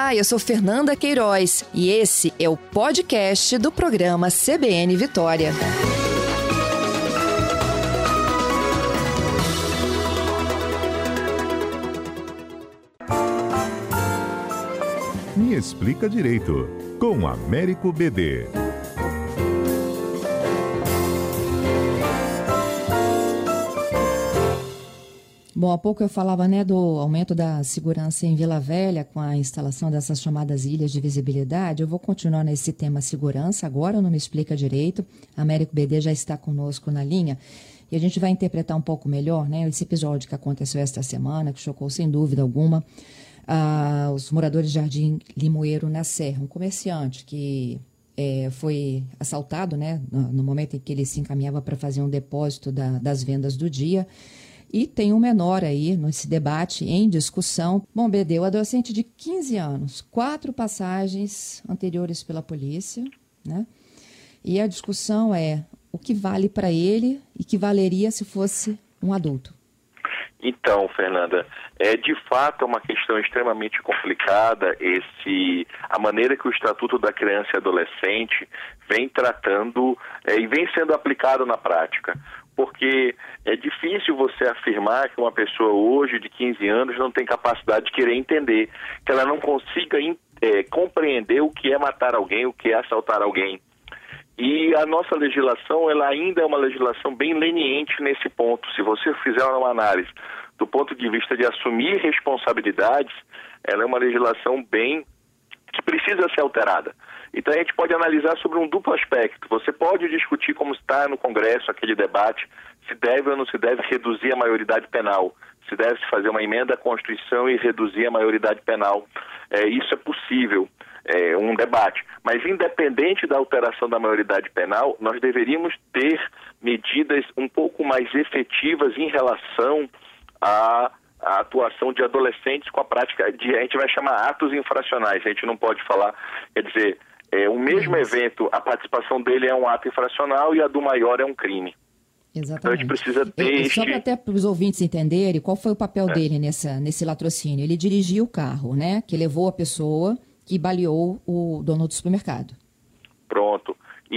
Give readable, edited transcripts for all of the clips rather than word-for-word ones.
Olá, eu sou Fernanda Queiroz e esse é o podcast do programa CBN Vitória. Me Explica Direito, com Américo BD. Bom, há pouco eu falava, do aumento da segurança em Vila Velha com a instalação dessas chamadas ilhas de visibilidade. Eu vou continuar nesse tema segurança, agora não Me Explica Direito. Américo BD já está conosco na linha e a gente vai interpretar um pouco melhor, esse episódio que aconteceu esta semana, que chocou sem dúvida alguma os moradores de Jardim Limoeiro na Serra. Um comerciante que foi assaltado, no momento em que ele se encaminhava para fazer um depósito das vendas do dia. E tem um menor aí nesse debate, em discussão. Bom, BD, o adolescente de 15 anos, 4 passagens anteriores pela polícia, E a discussão é o que vale para ele e que valeria se fosse um adulto. Então, Fernanda, de fato é uma questão extremamente complicada a maneira que o Estatuto da Criança e Adolescente vem tratando e vem sendo aplicado na prática. Porque é difícil você afirmar que uma pessoa hoje de 15 anos não tem capacidade de querer entender, que ela não consiga compreender o que é matar alguém, o que é assaltar alguém. E a nossa legislação, ela ainda é uma legislação bem leniente nesse ponto. Se você fizer uma análise do ponto de vista de assumir responsabilidades, ela é uma legislação que precisa ser alterada. Então a gente pode analisar sobre um duplo aspecto. Você pode discutir como está no Congresso aquele debate, se deve ou não se deve reduzir a maioridade penal, se deve se fazer uma emenda à Constituição e reduzir a maioridade penal. Isso é possível, um debate. Mas independente da alteração da maioridade penal, nós deveríamos ter medidas um pouco mais efetivas em relação à atuação de adolescentes com a prática a gente vai chamar atos infracionais. A gente não pode falar, quer dizer, o mesmo evento, a participação dele é um ato infracional e a do maior é um crime. Exatamente. Então a gente precisa ter... Só para até para os ouvintes entenderem qual foi o papel dele nesse latrocínio. Ele dirigia o carro, que levou a pessoa que baleou o dono do supermercado. Pronto.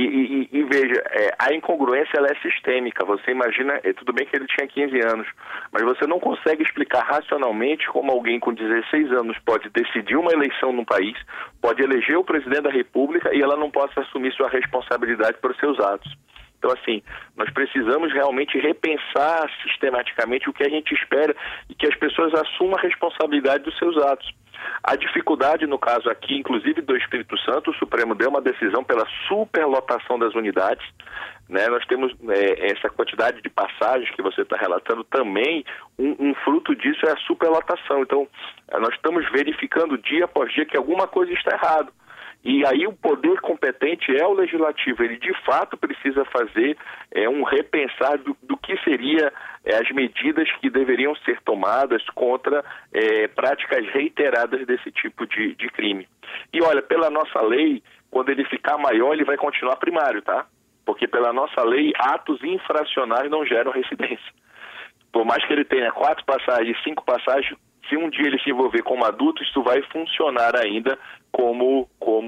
E veja, a incongruência ela é sistêmica. Você imagina, tudo bem que ele tinha 15 anos, mas você não consegue explicar racionalmente como alguém com 16 anos pode decidir uma eleição no país, pode eleger o presidente da República e ela não possa assumir sua responsabilidade por seus atos. Então, assim, nós precisamos realmente repensar sistematicamente o que a gente espera e que as pessoas assumam a responsabilidade dos seus atos. A dificuldade, no caso aqui, inclusive do Espírito Santo, o Supremo deu uma decisão pela superlotação das unidades. Nós temos essa quantidade de passagens que você está relatando também, um fruto disso é a superlotação. Então, nós estamos verificando dia após dia que alguma coisa está errada. E aí o poder competente é o legislativo, ele de fato precisa fazer um repensar do que seria as medidas que deveriam ser tomadas contra práticas reiteradas desse tipo de crime. E olha, pela nossa lei, quando ele ficar maior, ele vai continuar primário, tá? Porque pela nossa lei, atos infracionais não geram residência. Por mais que ele tenha 4 passagens, 5 passagens, se um dia ele se envolver como adulto, isso vai funcionar ainda como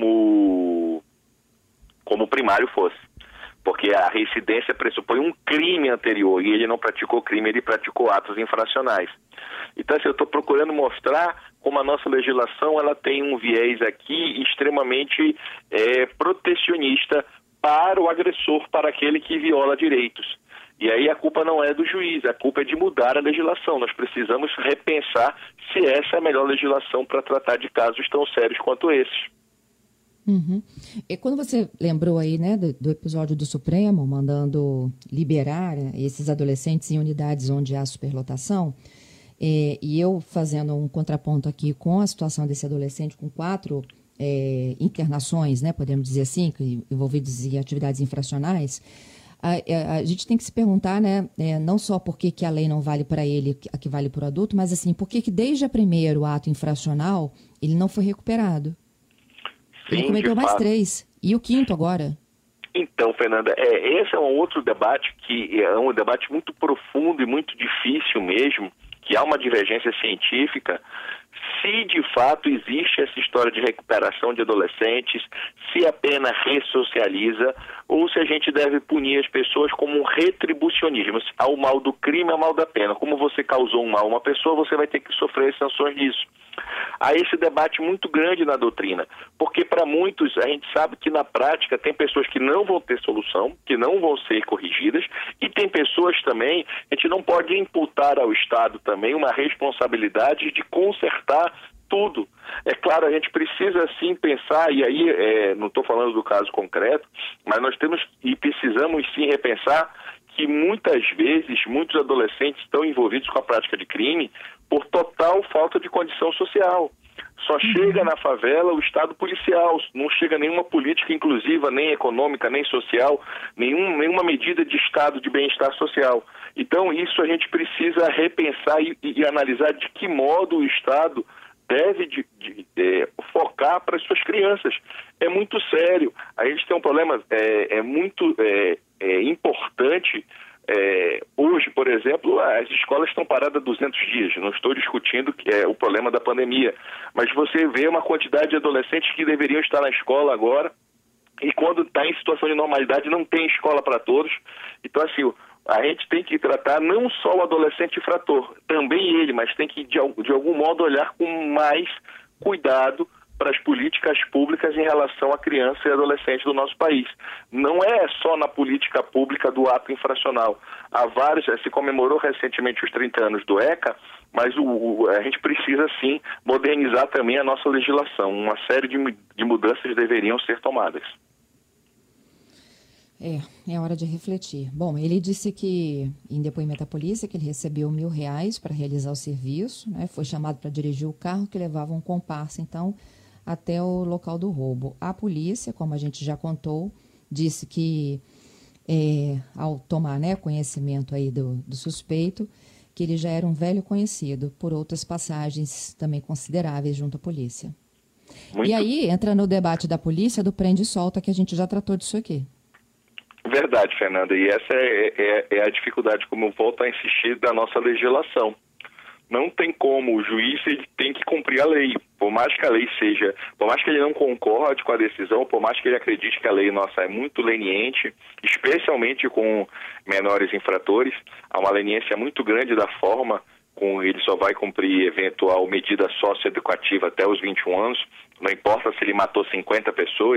primário fosse. Porque a residência pressupõe um crime anterior e ele não praticou crime, ele praticou atos infracionais. Então, eu estou procurando mostrar como a nossa legislação ela tem um viés aqui extremamente protecionista para o agressor, para aquele que viola direitos. E aí a culpa não é do juiz, a culpa é de mudar a legislação. Nós precisamos repensar se essa é a melhor legislação para tratar de casos tão sérios quanto esses. Uhum. E quando você lembrou aí, do episódio do Supremo, mandando liberar esses adolescentes em unidades onde há superlotação, e eu fazendo um contraponto aqui com a situação desse adolescente com 4 internações, podemos dizer assim, envolvidos em atividades infracionais, a gente tem que se perguntar, não só por que a lei não vale para ele, a que vale para o adulto, mas assim, por que desde o primeiro ato infracional ele não foi recuperado? Sim, ele cometeu mais 3. E o 5º agora? Então, Fernanda, esse é um outro debate que é um debate muito profundo e muito difícil mesmo, que há uma divergência científica se de fato existe essa história de recuperação de adolescentes, se a pena ressocializa, ou se a gente deve punir as pessoas como um retribucionismo. Ao mal do crime, ao mal da pena. Como você causou um mal a uma pessoa, você vai ter que sofrer as sanções disso. Há esse debate muito grande na doutrina, porque para muitos a gente sabe que na prática tem pessoas que não vão ter solução, que não vão ser corrigidas, e tem pessoas também, a gente não pode imputar ao Estado também uma responsabilidade de consertar tudo. É claro, a gente precisa sim pensar, e aí não estou falando do caso concreto, mas nós temos e precisamos sim repensar que muitas vezes muitos adolescentes estão envolvidos com a prática de crime por total falta de condição social. Só chega na favela o Estado policial, não chega nenhuma política inclusiva, nem econômica, nem social, nenhuma medida de Estado de bem-estar social. Então isso a gente precisa repensar e analisar de que modo o Estado deve focar para as suas crianças. É muito sério. A gente tem um problema muito importante. Hoje, por exemplo, as escolas estão paradas há 200 dias. Não estou discutindo que é o problema da pandemia, mas você vê uma quantidade de adolescentes que deveriam estar na escola agora e quando está em situação de normalidade não tem escola para todos. Então, assim, a gente tem que tratar não só o adolescente infrator, também ele, mas tem que, de algum modo, olhar com mais cuidado para as políticas públicas em relação à criança e adolescente do nosso país. Não é só na política pública do ato infracional. Há vários, se comemorou recentemente os 30 anos do ECA, mas a gente precisa sim modernizar também a nossa legislação. Uma série de mudanças deveriam ser tomadas. É hora de refletir. Bom, ele disse que, em depoimento à polícia, que ele recebeu R$1.000 para realizar o serviço, né? Foi chamado para dirigir o carro que levava um comparsa, então, até o local do roubo. A polícia, como a gente já contou, disse que, ao tomar, né, conhecimento aí do suspeito, que ele já era um velho conhecido por outras passagens também consideráveis junto à polícia. E aí, entra no debate da polícia do prende e solta, que a gente já tratou disso aqui. Verdade, Fernanda, e essa é a dificuldade, como eu volto a insistir, da nossa legislação. Não tem como, o juiz ele tem que cumprir a lei, por mais que a lei seja, por mais que ele não concorde com a decisão, por mais que ele acredite que a lei nossa é muito leniente, especialmente com menores infratores, há uma leniência muito grande da forma com ele só vai cumprir eventual medida socioeducativa até os 21 anos, não importa se ele matou 50 pessoas.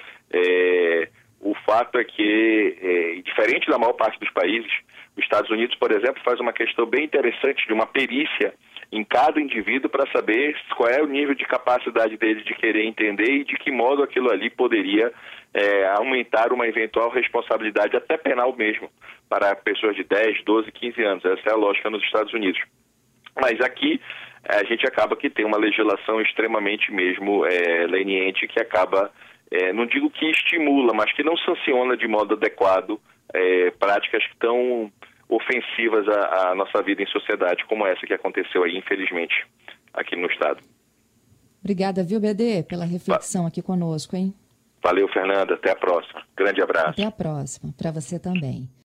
O fato é que, diferente da maior parte dos países, os Estados Unidos, por exemplo, faz uma questão bem interessante de uma perícia em cada indivíduo para saber qual é o nível de capacidade dele de querer entender e de que modo aquilo ali poderia aumentar uma eventual responsabilidade, até penal mesmo, para pessoas de 10, 12, 15 anos. Essa é a lógica nos Estados Unidos. Mas aqui a gente acaba que tem uma legislação extremamente mesmo leniente que acaba... não digo que estimula, mas que não sanciona de modo adequado práticas que estão ofensivas à nossa vida em sociedade, como essa que aconteceu aí, infelizmente, aqui no Estado. Obrigada, viu, BD, pela reflexão aqui conosco, hein? Valeu, Fernanda. Até a próxima. Grande abraço. Até a próxima. Para você também.